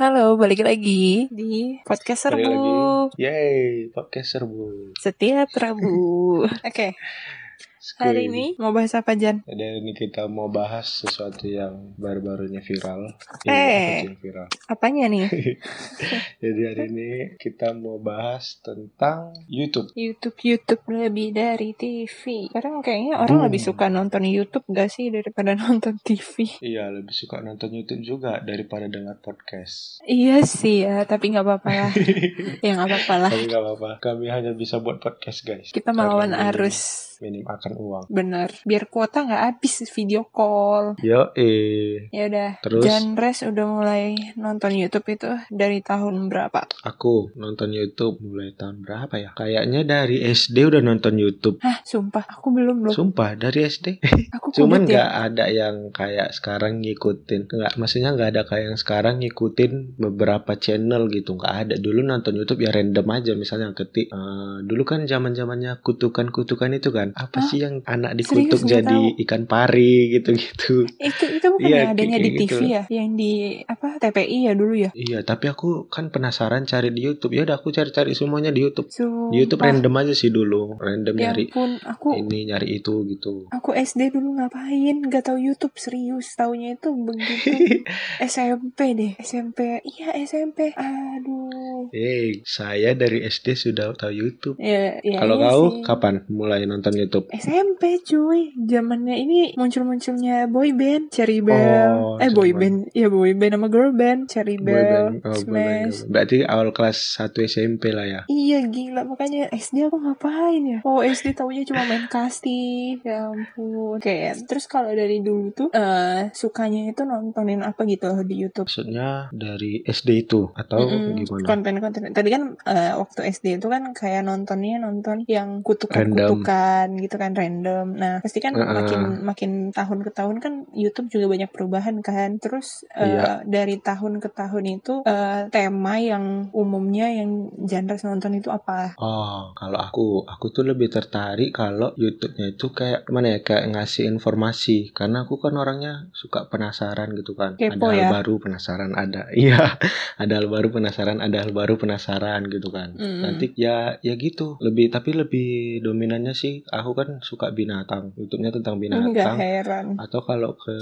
Halo, balik lagi di podcast Balik Serbu. lagi. Yeay, podcast Serbu. Setiap Rabu. Oke. Hari ini mau bahas apa, Jan? Jadi ini kita mau bahas sesuatu yang baru-barunya viral. Viral. Apanya nih? Jadi hari ini kita mau bahas tentang YouTube. YouTube lebih dari TV. Sekarang kayaknya orang lebih suka nonton YouTube gak sih daripada nonton TV? Iya, lebih suka nonton YouTube juga daripada dengar podcast. Iya sih ya, tapi gak apa-apa lah. Ya gak apa-apa lah. Tapi gak apa-apa, kami hanya bisa buat podcast, guys. Kita melawan arus. Minim akan uang. Bener, biar kuota gak habis video call. Ya udah. Terus Jan Res udah mulai nonton YouTube itu dari tahun berapa? Aku nonton YouTube mulai tahun berapa ya? Kayaknya dari SD udah nonton YouTube. Hah, sumpah, aku belum. Sumpah, dari SD. Aku Cuman kubet gak ada yang kayak sekarang ngikutin. Maksudnya gak ada kayak yang sekarang ngikutin beberapa channel gitu. Gak ada. Dulu nonton YouTube ya random aja. Misalnya ketik. Dulu kan zaman-zamannya kutukan-kutukan itu kan. Apa sih yang anak dikutuk Serius, jadi ikan pari gitu-gitu. Itu bukan yang adanya di TV gitu ya? Yang di apa TPI ya dulu ya? Iya, tapi aku kan penasaran cari di YouTube. Ya udah aku cari-cari semuanya di YouTube. Sumpah. Di YouTube random aja sih dulu. Random ya nyari ampun, ini nyari itu gitu. Aku SD dulu ngapain? Gak tahu YouTube, serius. Taunya itu begitu SMP deh. Iya SMP. Aduh. Saya dari SD sudah tahu YouTube. Ya, kalau iya kau sih. kapan mulai nonton YouTube? SMP cuy. Zamannya ini muncul-munculnya boy band, Cherry Bell. Boy band sama girl band, Cherry Bell, Smash. Berarti awal kelas 1 SMP lah ya. Iya gila, makanya SD aku ngapain ya? SD taunya cuma main kasti. Ya ampun. Oke, terus kalau dari dulu tuh sukanya itu nontonin apa gitu loh di YouTube? Maksudnya dari SD itu atau gimana? Konten-konten. Tadi kan waktu SD itu kan kayak nonton yang kutukan-kutukan gitu kan, random. Nah, pasti kan makin tahun ke tahun kan YouTube juga banyak perubahan kan. Terus dari tahun ke tahun itu tema yang umumnya yang genre nonton itu apa? Kalau aku tuh lebih tertarik kalau YouTube-nya itu kayak gimana ya, kayak ngasih informasi, karena aku kan orangnya suka penasaran gitu kan. Kepo ada ya? hal baru penasaran, ada hal baru penasaran gitu kan. Nanti ya gitu, tapi lebih dominannya sih aku kan suka binatang. YouTube-nya tentang binatang. Enggak heran. Atau kalau ke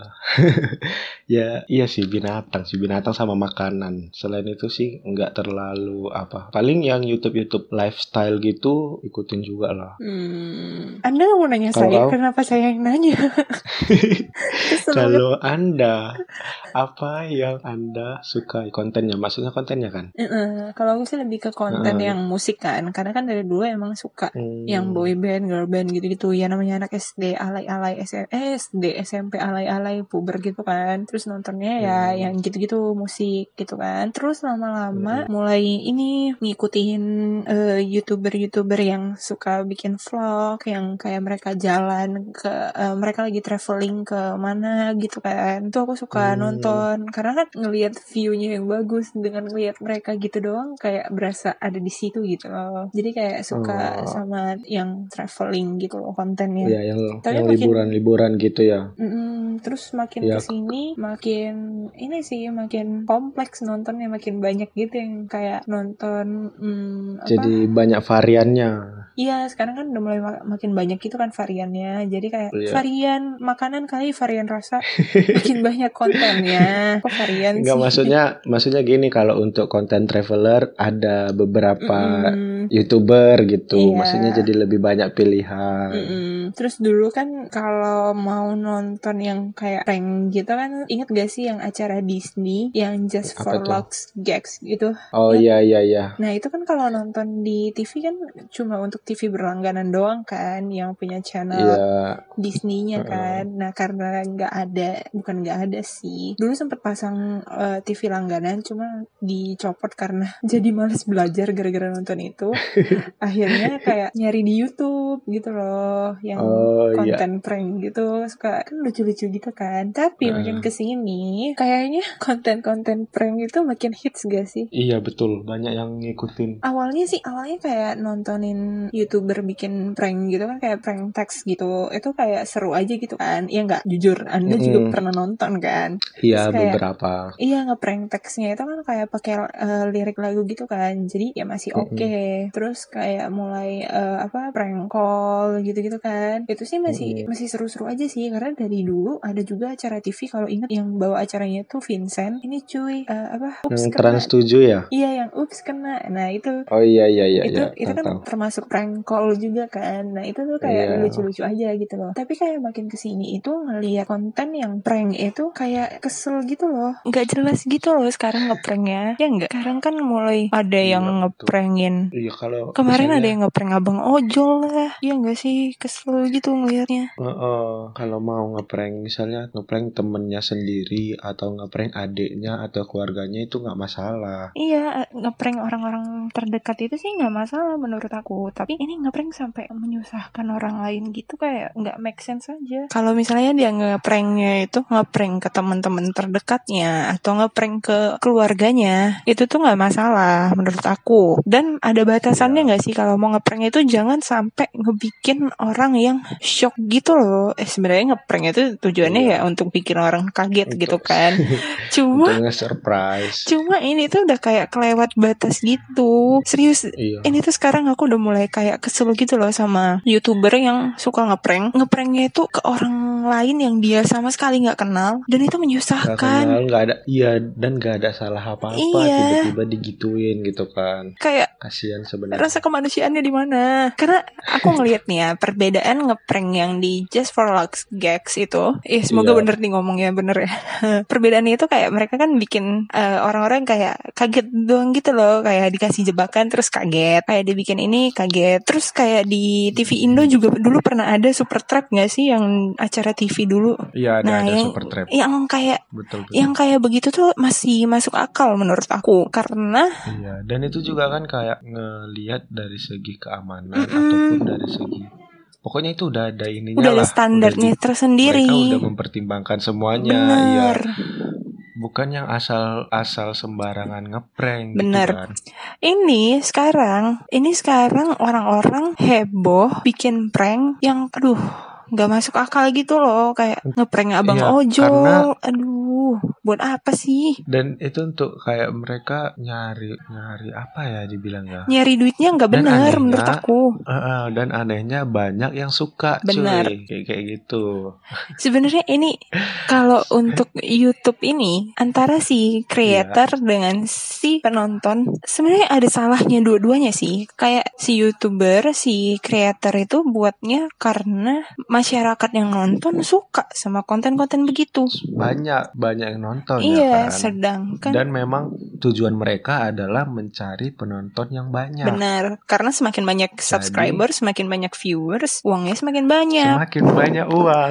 ya iya sih binatang sama makanan. Selain itu sih enggak terlalu apa. Paling yang YouTube lifestyle gitu ikutin juga lah. Anda mau nanya saya, kenapa saya yang nanya? Kalau Anda, apa yang Anda suka kontennya? Maksudnya kontennya kan? Kalau aku sih lebih ke konten yang musik kan, karena kan dari dulu emang suka yang boy band, girl band gitu-gitu. Ya namanya anak SD alay-alay SD, SMP alay-alay puber gitu kan. Terus nontonnya ya yang gitu-gitu musik gitu kan. Terus lama-lama mulai ini ngikutin YouTuber yang suka bikin vlog, yang kayak mereka jalan ke mereka lagi traveling ke mana gitu kan. Itu aku suka nonton karena kan ngelihat view-nya yang bagus, dengan ngelihat mereka gitu doang kayak berasa ada di situ gitu loh. Jadi kayak suka sama yang traveling gitu loh kontennya. Iya, yang liburan gitu ya. Terus makin kesini makin kompleks nontonnya, makin banyak gitu yang kayak nonton jadi banyak variannya. Iya, sekarang kan udah mulai makin banyak gitu kan variannya. Jadi kayak varian makanan kali, varian rasa, makin banyak kontennya. Kok varian sih? Enggak, maksudnya gini, kalau untuk konten traveler ada beberapa YouTuber gitu. Iya. Maksudnya jadi lebih banyak pilihan. Terus dulu kan kalau mau nonton yang kayak prank gitu kan, inget gak sih yang acara Disney yang Just for Laughs Gags gitu? Iya. Nah itu kan kalau nonton di TV kan cuma untuk TV berlangganan doang kan, yang punya channel Disney-nya kan. Nah karena bukan nggak ada sih. Dulu sempet pasang TV langganan, cuma dicopot karena jadi males belajar gara-gara nonton itu. Akhirnya kayak nyari di YouTube YouTube gitu loh, yang iya. konten prank gitu, suka kan lucu-lucu gitu kan. Tapi makin kesini kayaknya konten-konten prank itu makin hits gak sih? Iya betul, banyak yang ngikutin. Awalnya kayak nontonin YouTuber bikin prank gitu kan, kayak prank text gitu. Itu kayak seru aja gitu kan. Ya nggak, jujur Anda juga pernah nonton kan? Iya, Terus kayak, beberapa. iya, ngeprank textnya itu kan kayak pakai lirik lagu gitu kan. Jadi ya masih oke. Terus kayak mulai prank call gitu-gitu kan. Itu sih masih seru-seru aja sih, karena dari dulu ada juga acara TV, kalau ingat yang bawa acaranya tuh Vincent. Ini cuy, Ups Yang kena. Trans 7 ya? Iya, yang Ups kena. Nah, itu Oh iya itu kan tahu. termasuk prank call juga kan. Nah, itu tuh kayak lucu-lucu aja gitu loh. Tapi kayak makin kesini itu ngelihat konten yang prank itu kayak kesel gitu loh, nggak jelas gitu loh sekarang ngepranknya. Ya nggak, sekarang kan mulai ada yang ngeprangin. Iya, kalau kemarin misalnya, ada yang ngeprank abang ojol lah. Iya nggak sih, kesel gitu ngelihatnya. kalau mau ngeprank, misalnya ngeprank temennya sendiri atau ngeprank adiknya atau keluarganya, itu nggak masalah. Iya, ngeprank orang-orang terdekat itu sih nggak masalah menurut aku. Tapi ini ngeprank sampai menyusahkan orang lain gitu, kayak nggak make sense aja. Kalau misalnya dia ngepranknya itu ngeprank ke teman-teman terdekatnya atau ngeprank ke keluarganya, itu tuh nggak masalah menurut aku. Dan ada batasannya nggak sih kalau mau ngeprank itu, jangan sampai ngebikin orang yang shock gitu loh. Sebenarnya ngeprank itu tujuannya ya untuk bikin orang kaget gitu kan. Untuk nge-surprise. Cuma ini tuh udah kayak kelewat batas gitu. Serius, ini tuh sekarang aku udah mulai kayak kesel gitu loh sama YouTuber yang suka ngeprank. Ngepranknya itu ke orang lain yang dia sama sekali nggak kenal, dan itu menyusahkan. Nggak ada, dan nggak ada salah apa-apa. Iya. Tiba-tiba digituin gitu kan. Kayak kasihan sebenarnya. Rasa kemanusiaannya di mana? Karena aku ngelihat nih ya, perbedaan ngeprank yang di Just for Laughs Gags itu, semoga bener nih ngomongnya, bener ya. Perbedaannya itu kayak mereka kan bikin orang-orang kayak kaget doang gitu loh, kayak dikasih jebakan terus kaget, kayak dibikin ini kaget. Terus kayak di TV Indo juga dulu pernah ada Super Trap nggak sih, yang acara TV dulu? Iya, ada yang Super Trap. Yang kayak betul. Yang kayak begitu tuh masih masuk akal menurut aku, karena iya, dan itu juga kan kayak ngelihat dari segi keamanan ataupun dari segi, pokoknya itu udah ada ininya, udah ada lah, standarnya tersendiri. Mereka udah mempertimbangkan semuanya. Bener. Iya. Bukan yang asal sembarangan ngeprank. Bener. Gitu kan. Ini sekarang orang-orang heboh bikin prank yang nggak masuk akal gitu loh, kayak ngeprank abang ojol. Buat apa sih? Dan itu untuk kayak mereka nyari apa ya dibilang ya? Nyari duitnya nggak benar menurut aku. Dan anehnya banyak yang suka. Benar. Cuy, kayak gitu. Sebenarnya ini kalau untuk YouTube ini, antara si creator dengan si penonton, sebenarnya ada salahnya dua-duanya sih. Kayak si YouTuber, si creator itu buatnya karena masyarakat yang nonton suka sama konten-konten begitu. Banyak yang nonton. Iya, ya kan? sedangkan dan memang tujuan mereka adalah mencari penonton yang banyak. Benar, karena semakin banyak subscriber, semakin banyak viewers, uangnya semakin banyak. Semakin banyak uang.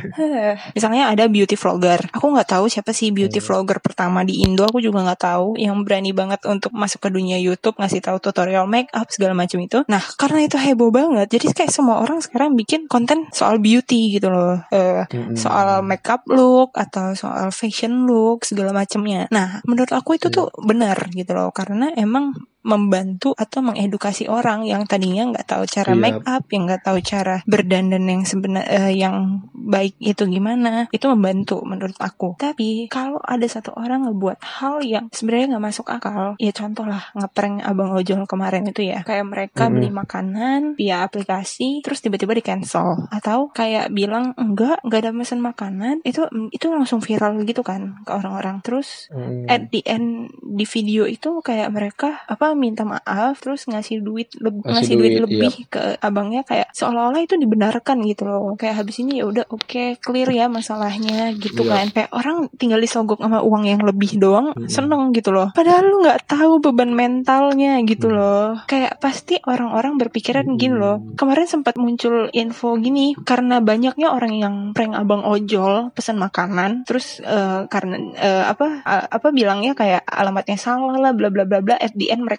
Misalnya ada beauty vlogger. Aku nggak tahu siapa sih beauty vlogger pertama di Indo. Aku juga nggak tahu, yang berani banget untuk masuk ke dunia YouTube, ngasih tahu tutorial make up segala macam itu. Nah, karena itu heboh banget, jadi kayak semua orang sekarang bikin konten soal beauty gitu loh, soal makeup look atau soal fashion look segala macamnya. Nah, menurut aku itu tuh benar gitu loh, karena emang membantu atau mengedukasi orang yang tadinya nggak tahu cara make up, yang nggak tahu cara berdandan yang sebenarnya yang baik itu gimana. Itu membantu menurut aku. Tapi kalau ada satu orang ngebuat hal yang sebenarnya nggak masuk akal, ya contoh lah ngeprank abang ojol kemarin itu ya, kayak mereka beli makanan via aplikasi terus tiba-tiba di cancel, atau kayak bilang enggak ada pesan makanan, itu langsung viral gitu kan ke orang-orang. Terus at the end di video itu kayak mereka minta maaf terus ngasih duit lebih ke abangnya, kayak seolah-olah itu dibenarkan gitu loh, kayak habis ini ya udah oke, clear ya masalahnya gitu kan. Kayak orang tinggal disogok sama uang yang lebih doang seneng gitu loh, padahal lu nggak tahu beban mentalnya gitu loh. Kayak pasti orang-orang berpikiran gini loh, kemarin sempat muncul info gini, karena banyaknya orang yang prank abang ojol pesan makanan terus karena bilangnya kayak alamatnya salah lah bla bla bla bla, at the end mereka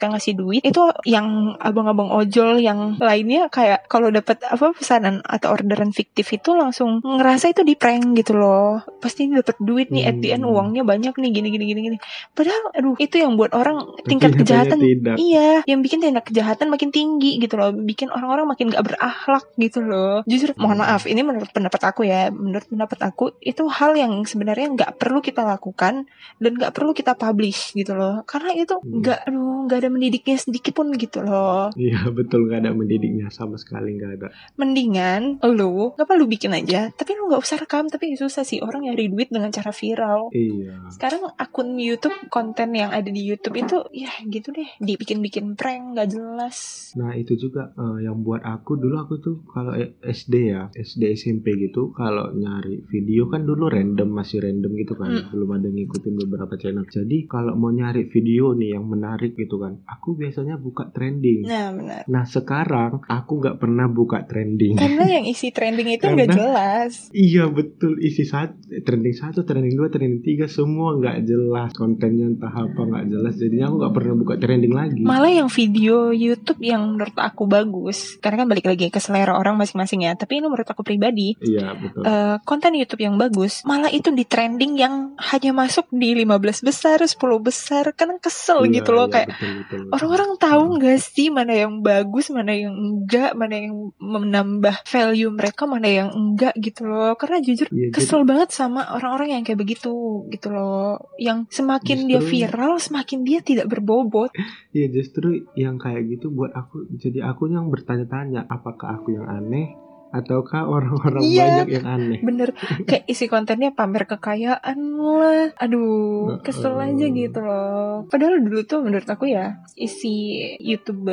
mereka ngasih duit, itu yang abang-abang ojol yang lainnya kayak kalau dapat pesanan atau orderan fiktif itu langsung ngerasa itu di prank gitu loh. Pasti dapat duit nih, at the end uangnya banyak nih, gini. Padahal aduh, itu yang buat orang tingkat kejahatan tidak. Iya, yang bikin tindak kejahatan makin tinggi gitu loh, bikin orang-orang makin gak berakhlak gitu loh. Justru mohon maaf, ini menurut pendapat aku ya, menurut pendapat aku itu hal yang sebenarnya nggak perlu kita lakukan dan nggak perlu kita publish gitu loh, karena itu nggak ada mendidiknya sedikit pun gitu loh. Iya betul, nggak ada mendidiknya sama sekali, nggak ada. Mendingan lu bikin aja, tapi lu nggak usah rekam. Tapi susah sih orang nyari duit dengan cara viral. Iya. Sekarang akun YouTube, konten yang ada di YouTube itu ya gitu deh, dibikin prank nggak jelas. Nah itu juga yang buat aku dulu, aku tuh kalau SD SMP gitu, kalau nyari video kan dulu masih random gitu kan, belum ada ngikutin beberapa channel. Jadi kalau mau nyari video nih yang menarik gitu kan, aku biasanya buka trending. Nah benar. Nah sekarang aku nggak pernah buka trending karena yang isi trending itu nggak jelas. Iya betul, isi trending 1, trending 2, trending 3 semua nggak jelas, kontennya entah apa nggak jelas. Jadinya aku nggak pernah buka trending lagi. Malah yang video YouTube yang menurut aku bagus, karena kan balik lagi ke selera orang masing-masing ya, tapi ini menurut aku pribadi. Iya betul. Konten YouTube yang bagus malah itu di trending yang hanya masuk di 15 besar, 10 besar. Kan kesel gitu loh, kayak betul. Orang-orang tahu nggak sih mana yang bagus, mana yang enggak, mana yang menambah value mereka, mana yang enggak gitu loh. Karena jujur kesel banget sama orang-orang yang kayak begitu gitu loh, yang semakin dia viral semakin dia tidak berbobot. Iya justru yang kayak gitu buat aku, jadi aku yang bertanya-tanya apakah aku yang aneh ataukah orang-orang banyak yang aneh. Bener, kayak isi kontennya pamer kekayaan lah. Aduh, kesel aja gitu loh. Padahal dulu tuh menurut aku ya, isi YouTube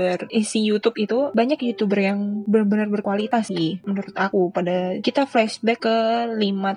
itu banyak YouTuber yang benar-benar berkualitas sih menurut aku. Pada kita flashback ke 5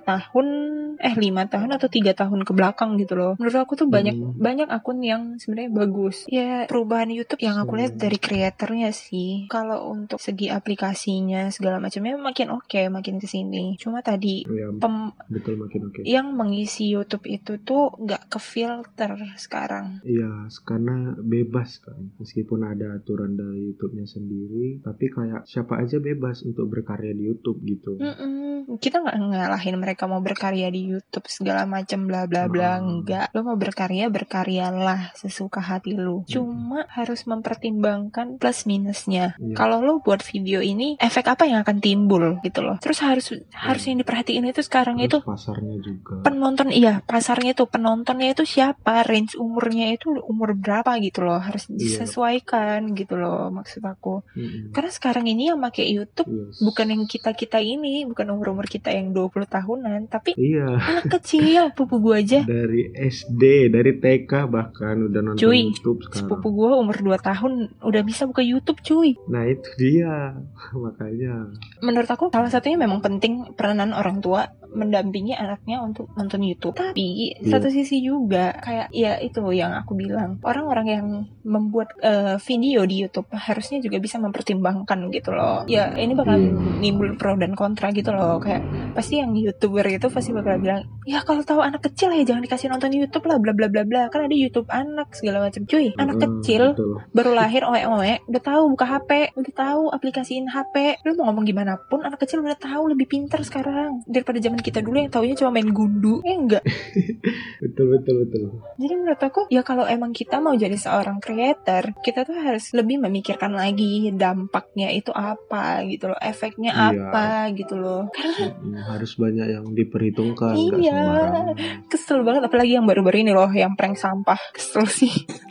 tahun atau 3 tahun ke belakang gitu loh. Menurut aku tuh banyak akun yang sebenarnya bagus. Ya perubahan YouTube yang aku lihat dari kreatornya sih. Kalau untuk segi aplikasinya segala macamnya makin makin kesini. Cuma tadi betul makin oke. Yang mengisi YouTube itu tuh nggak ke filter sekarang. Iya, karena bebas kan. Meskipun ada aturan dari YouTube-nya sendiri, tapi kayak siapa aja bebas untuk berkarya di YouTube gitu. Kita nggak ngalahin mereka mau berkarya di YouTube segala macam bla bla bla, enggak. Lo mau berkaryalah sesuka hati lo. Cuma harus mempertimbangkan plus minusnya. Kalau lo buat video ini, efek apa yang akan timbul gitu loh. Terus harus yang diperhatiin itu sekarang terus itu pasarnya juga. Pasarnya itu, penontonnya itu siapa, range umurnya itu umur berapa gitu loh. Harus disesuaikan gitu loh maksud aku. Karena sekarang ini yang pakai YouTube bukan yang kita ini, bukan umur kita yang 20 tahunan, tapi anak kecil. Pupu gue aja dari SD, dari TK bahkan udah nonton YouTube sekarang. Sepupu gue umur 2 tahun udah bisa buka YouTube cuy. Nah itu dia makanya menurut aku salah satunya memang penting peranan orang tua mendampingi anaknya untuk nonton YouTube. Tapi satu sisi juga kayak ya itu yang aku bilang, orang-orang yang membuat video di YouTube harusnya juga bisa mempertimbangkan gitu loh. Ya ini bakal nimbul pro dan kontra gitu loh. Kayak pasti yang YouTuber itu pasti bakal bilang, ya kalau tahu anak kecil ya jangan dikasih nonton YouTube lah bla bla bla bla. Kan ada YouTube anak segala macam. Cuy, anak kecil baru lahir udah tahu buka HP, udah tahu aplikasiin HP. Lu mau ngomong gimana pun anak kecil udah tahu, lebih pintar sekarang daripada zaman kita dulu yang taunya cuma main gundu. Enggak. betul. Jadi menurut aku ya kalau emang kita mau jadi seorang creator, kita tuh harus lebih memikirkan lagi dampaknya itu apa gitu loh, efeknya apa gitu loh. Karena harus banyak yang diperhitungkan. Iya, kesel banget apalagi yang baru-baru ini loh, yang prank sampah. Kesel sih.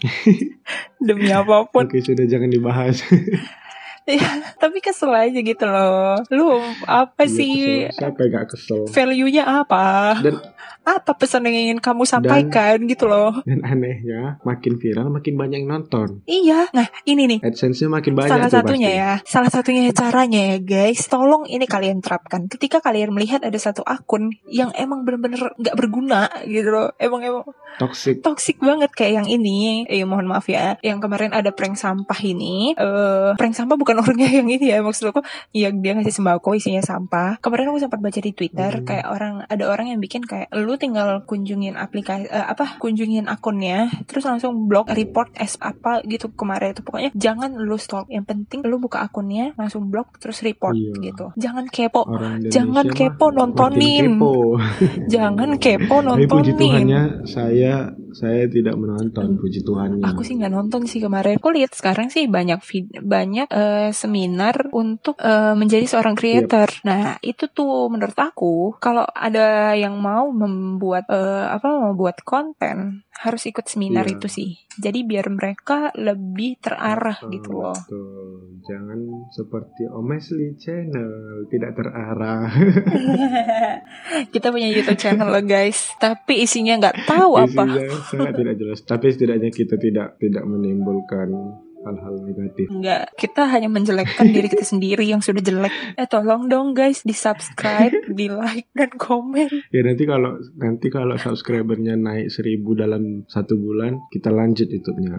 Demi apapun. Oke, sudah jangan dibahas. Ya, tapi kesel aja gitu loh. Lu apa sih? Kesel. Siapa yang gak kesel? Value-nya apa? Dan apa pesan yang ingin kamu sampaikan gitu loh. Dan anehnya makin viral makin banyak yang nonton. Iya. Nah ini nih AdSense-nya makin banyak. Salah satunya caranya ya guys, tolong ini kalian terapkan. Ketika kalian melihat ada satu akun yang emang bener-bener gak berguna gitu loh, emang toxic banget kayak yang ini, mohon maaf ya, yang kemarin ada prank sampah ini. Prank sampah bukan bukan orangnya yang ini ya, maksud aku ya dia ngasih sembako isinya sampah. Kemarin aku sempat baca di Twitter kayak ada orang yang bikin kayak lu tinggal kunjungin aplikasi kunjungin akunnya terus langsung blok report apa gitu kemarin itu, pokoknya jangan lu stalk, yang penting lu buka akunnya langsung blok terus report gitu. Jangan kepo, jangan kepo nontonin kepo. Jangan kepo nontonin. Puji Tuhannya saya tidak menonton, puji Tuhannya. Aku sih nggak nonton sih kemarin. Aku lihat sekarang sih banyak seminar untuk menjadi seorang creator. Nah itu tuh menurut aku kalau ada yang mau membuat membuat konten harus ikut seminar itu sih. Jadi biar mereka lebih terarah gitu loh. Betul. Jangan seperti Omesli Channel tidak terarah. Kita punya YouTube channel loh guys, tapi isinya nggak tahu apa. Isinya sangat tidak jelas. Tapi setidaknya kita tidak menimbulkan hal-hal negatif. Enggak, kita hanya menjelekkan diri kita sendiri yang sudah jelek. Tolong dong guys, di subscribe, di like dan komen. Ya nanti kalau subscribernya naik 1.000 dalam 1 bulan, kita lanjut YouTube-nya.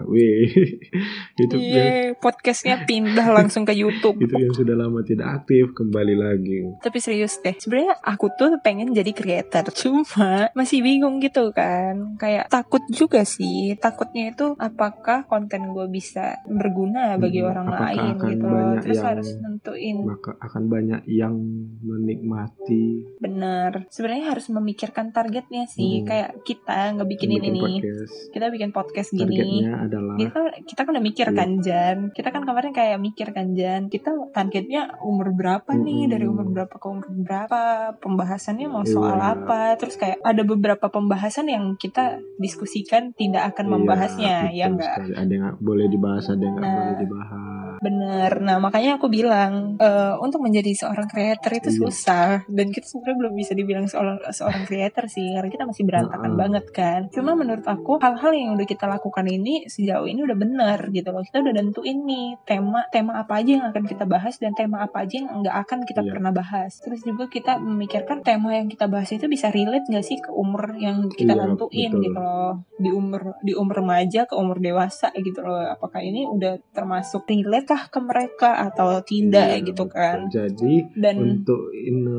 YouTube-nya. Podcastnya pindah langsung ke YouTube. Itu yang sudah lama tidak aktif kembali lagi. Tapi serius deh, sebenarnya aku tuh pengen jadi creator, cuma masih bingung gitu kan. Kayak takut juga sih. Takutnya itu apakah konten gue bisa berguna bagi orang lain gitu loh. Terus harus nentuin. Maka akan banyak yang menikmati. Bener. Sebenarnya harus memikirkan targetnya sih. Kayak kita ngebikinin ini. Kita bikin podcast gini. Targetnya adalah. Kita kan udah mikir kan Jan. Kita kan kemarin kayak mikir kan Jan. Kita targetnya umur berapa nih? Dari umur berapa ke umur berapa? Pembahasannya mau soal apa? Terus kayak ada beberapa pembahasan yang kita diskusikan tidak akan membahasnya. Ya enggak? Ada yang boleh dibahas, ada yang nggak boleh dibahas. Bener. Nah makanya aku bilang untuk menjadi seorang creator itu susah, dan kita sebenarnya belum bisa dibilang seorang creator sih, karena kita masih berantakan banget kan. Cuma menurut aku hal-hal yang udah kita lakukan ini sejauh ini udah bener gitu loh. Kita udah nentuin nih tema apa aja yang akan kita bahas dan tema apa aja yang nggak akan kita pernah bahas. Terus juga kita memikirkan tema yang kita bahas itu bisa relate nggak sih ke umur yang kita nentuin gitu loh. Di umur remaja ke umur dewasa gitu loh. Apakah ini udah termasuk relate kah ke mereka atau tidak gitu kan. Jadi untuk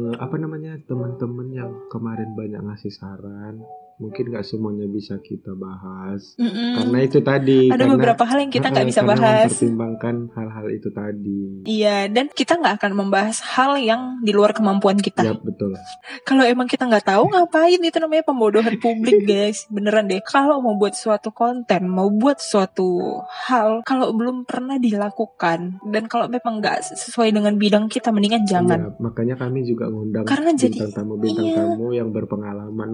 teman-teman yang kemarin banyak ngasih saran, mungkin gak semuanya bisa kita bahas. Karena itu tadi. Ada beberapa hal yang kita gak bisa bahas. Mempertimbangkan hal-hal itu tadi. Iya, dan kita gak akan membahas hal yang di luar kemampuan kita. Ya, betul. Kalau emang kita gak tahu, ngapain? Itu namanya pembodohan publik, guys. Beneran deh. Kalau mau buat suatu konten, mau buat suatu hal, kalau belum pernah dilakukan, dan kalau memang gak sesuai dengan bidang kita, mendingan jangan. Ya, makanya kami juga ngundang bintang tamu yang berpengalaman.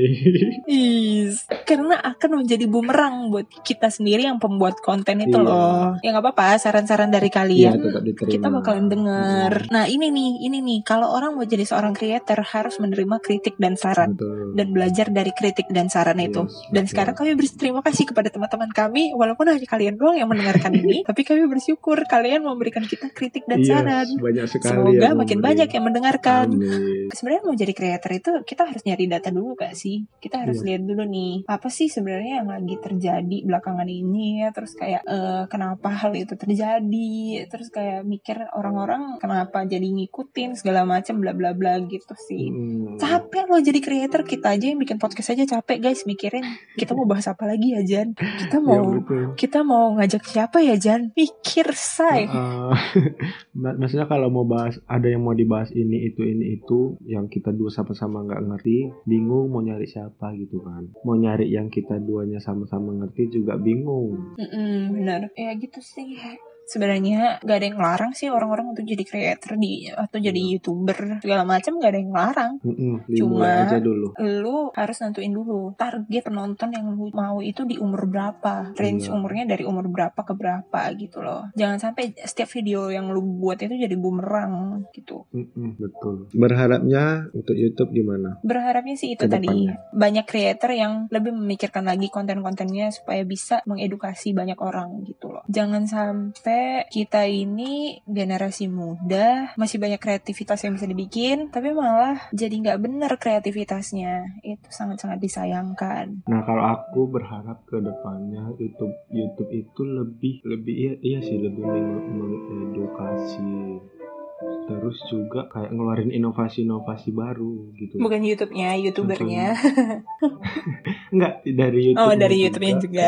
Karena akan menjadi bumerang buat kita sendiri yang pembuat konten itu loh. Ya nggak apa-apa, saran-saran dari kalian kita bakalan denger. Nah ini nih kalau orang mau jadi seorang creator harus menerima kritik dan saran. Dan belajar dari kritik dan saran itu. Dan sekarang kami berterima kasih kepada teman-teman kami, walaupun hanya kalian doang yang mendengarkan ini, tapi kami bersyukur kalian memberikan kita kritik dan saran. Semoga makin banyak yang mendengarkan. Sebenarnya mau jadi creator itu kita harus nyari data dulu gak sih? Kita harus lihat dulu nih apa sih sebenarnya yang lagi terjadi belakangan ini ya. Terus kayak kenapa hal itu terjadi, terus kayak mikir orang-orang kenapa jadi ngikutin segala macam bla bla bla gitu sih. Capek loh jadi creator. Kita aja yang bikin podcast aja capek guys mikirin kita mau bahas apa lagi ya Jan, kita mau ngajak siapa ya Jan, mikir say. Maksudnya kalau mau bahas, ada yang mau dibahas ini itu yang kita dua sama-sama nggak ngerti, bingung mau nyari siapa gitu kan. Mau nyari yang kita duanya sama-sama ngerti juga bingung. Benar. Ya gitu sih. Sebenarnya gak ada yang ngelarang sih orang-orang untuk jadi creator atau jadi YouTuber segala macam, gak ada yang ngelarang. Cuma aja dulu. Lu harus nentuin dulu target penonton yang lu mau itu di umur berapa, range umurnya dari umur berapa ke berapa gitu loh. Jangan sampai setiap video yang lu buat itu jadi bumerang gitu. Betul. Berharapnya untuk YouTube gimana? Berharapnya sih itu tadi, banyak creator yang lebih memikirkan lagi konten-kontennya supaya bisa mengedukasi banyak orang gitu loh. Jangan sampai kita ini generasi muda masih banyak kreativitas yang bisa dibikin, tapi malah jadi nggak bener kreativitasnya. Itu sangat-sangat disayangkan. Nah, kalau aku berharap ke depannya YouTube itu lebih iya sih, lebih mengedukasi. Terus juga kayak ngeluarin inovasi-inovasi baru gitu. Bukan YouTube-nya, YouTubernya. Enggak, dari YouTube. Oh, dari YouTube-nya juga.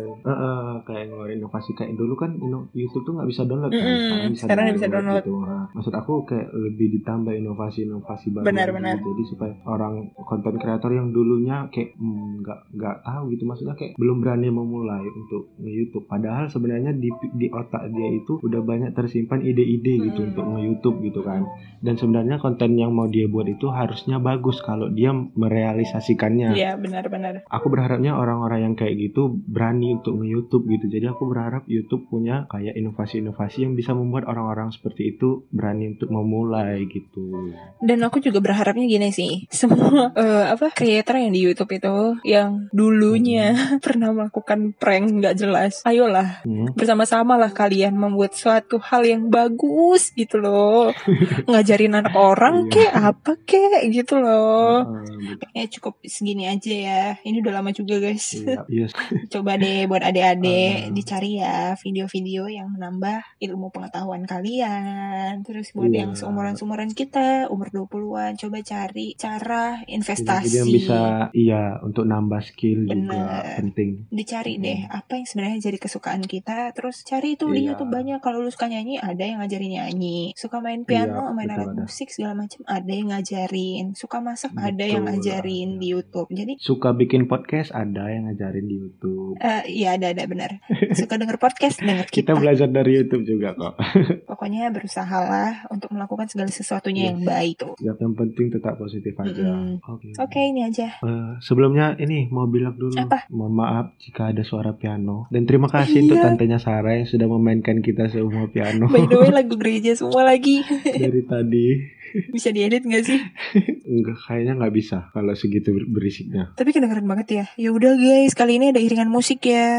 Kayak ngeluarin inovasi. Kayak dulu kan YouTube tuh nggak bisa download kan. Sekarang bisa download. Gitu. Nah, maksud aku kayak lebih ditambah inovasi-inovasi baru. Benar. Jadi supaya orang konten kreator yang dulunya kayak nggak tahu gitu. Maksudnya kayak belum berani memulai untuk nge-YouTube. Padahal sebenarnya di otak dia itu udah banyak tersimpan ide-ide gitu untuk nge-YouTube gitu kan. Dan sebenarnya konten yang mau dia buat itu harusnya bagus kalau dia merealisasikannya. Iya, benar. Aku berharapnya orang-orang yang kayak gitu berani untuk nge-YouTube gitu. Jadi aku berharap YouTube punya kayak inovasi-inovasi yang bisa membuat orang-orang seperti itu berani untuk memulai gitu. Dan aku juga berharapnya gini sih, semua creator yang di YouTube itu yang dulunya pernah melakukan prank nggak jelas, ayolah bersama-sama lah kalian membuat suatu hal yang bagus gitu loh. Ngajarin anak orang kek apa kek gitu loh. Ya cukup segini aja ya. Ini udah lama juga guys. Yes. Coba deh buat adik-adik dicari ya video-video yang menambah ilmu pengetahuan kalian. Terus buat yang seumuran-seumuran kita, umur 20-an, coba cari cara investasi. Jadi yang bisa untuk nambah skill juga penting. Dicari deh apa yang sebenarnya jadi kesukaan kita. Terus cari itu di YouTube banyak. Kalau lu suka nyanyi, ada yang ngajarin nyanyi. Suka main piano, main alat musik segala macam, ada yang ngajarin. Suka masak, ada yang ngajarin di YouTube. Jadi suka bikin podcast, ada yang ngajarin di YouTube. Iya ada benar. Suka denger podcast, denger kita. Kita belajar dari YouTube juga kok. Pokoknya berusahalah untuk melakukan segala sesuatunya yang baik tuh. Yang penting tetap positif aja. Oke, ini aja. Sebelumnya ini mau bilang dulu. Apa? Mohon maaf jika ada suara piano. Dan terima kasih untuk tantenya Sarah yang sudah memainkan kita semua piano. By the way, lagu gereja semua lagi. Dari tadi. Bisa diedit gak sih? Enggak, kayaknya nggak bisa kalau segitu berisiknya. Tapi kedengeran banget ya. Ya udah guys, kali ini ada iringan musik ya.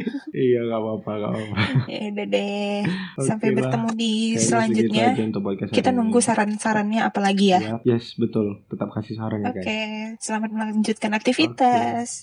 Iya, nggak apa-apa. Ya udah deh. Sampai bertemu di selanjutnya. Kita nunggu saran-sarannya apa lagi ya. Yes, betul. Tetap kasih saran ya guys. Oke, selamat melanjutkan aktivitas.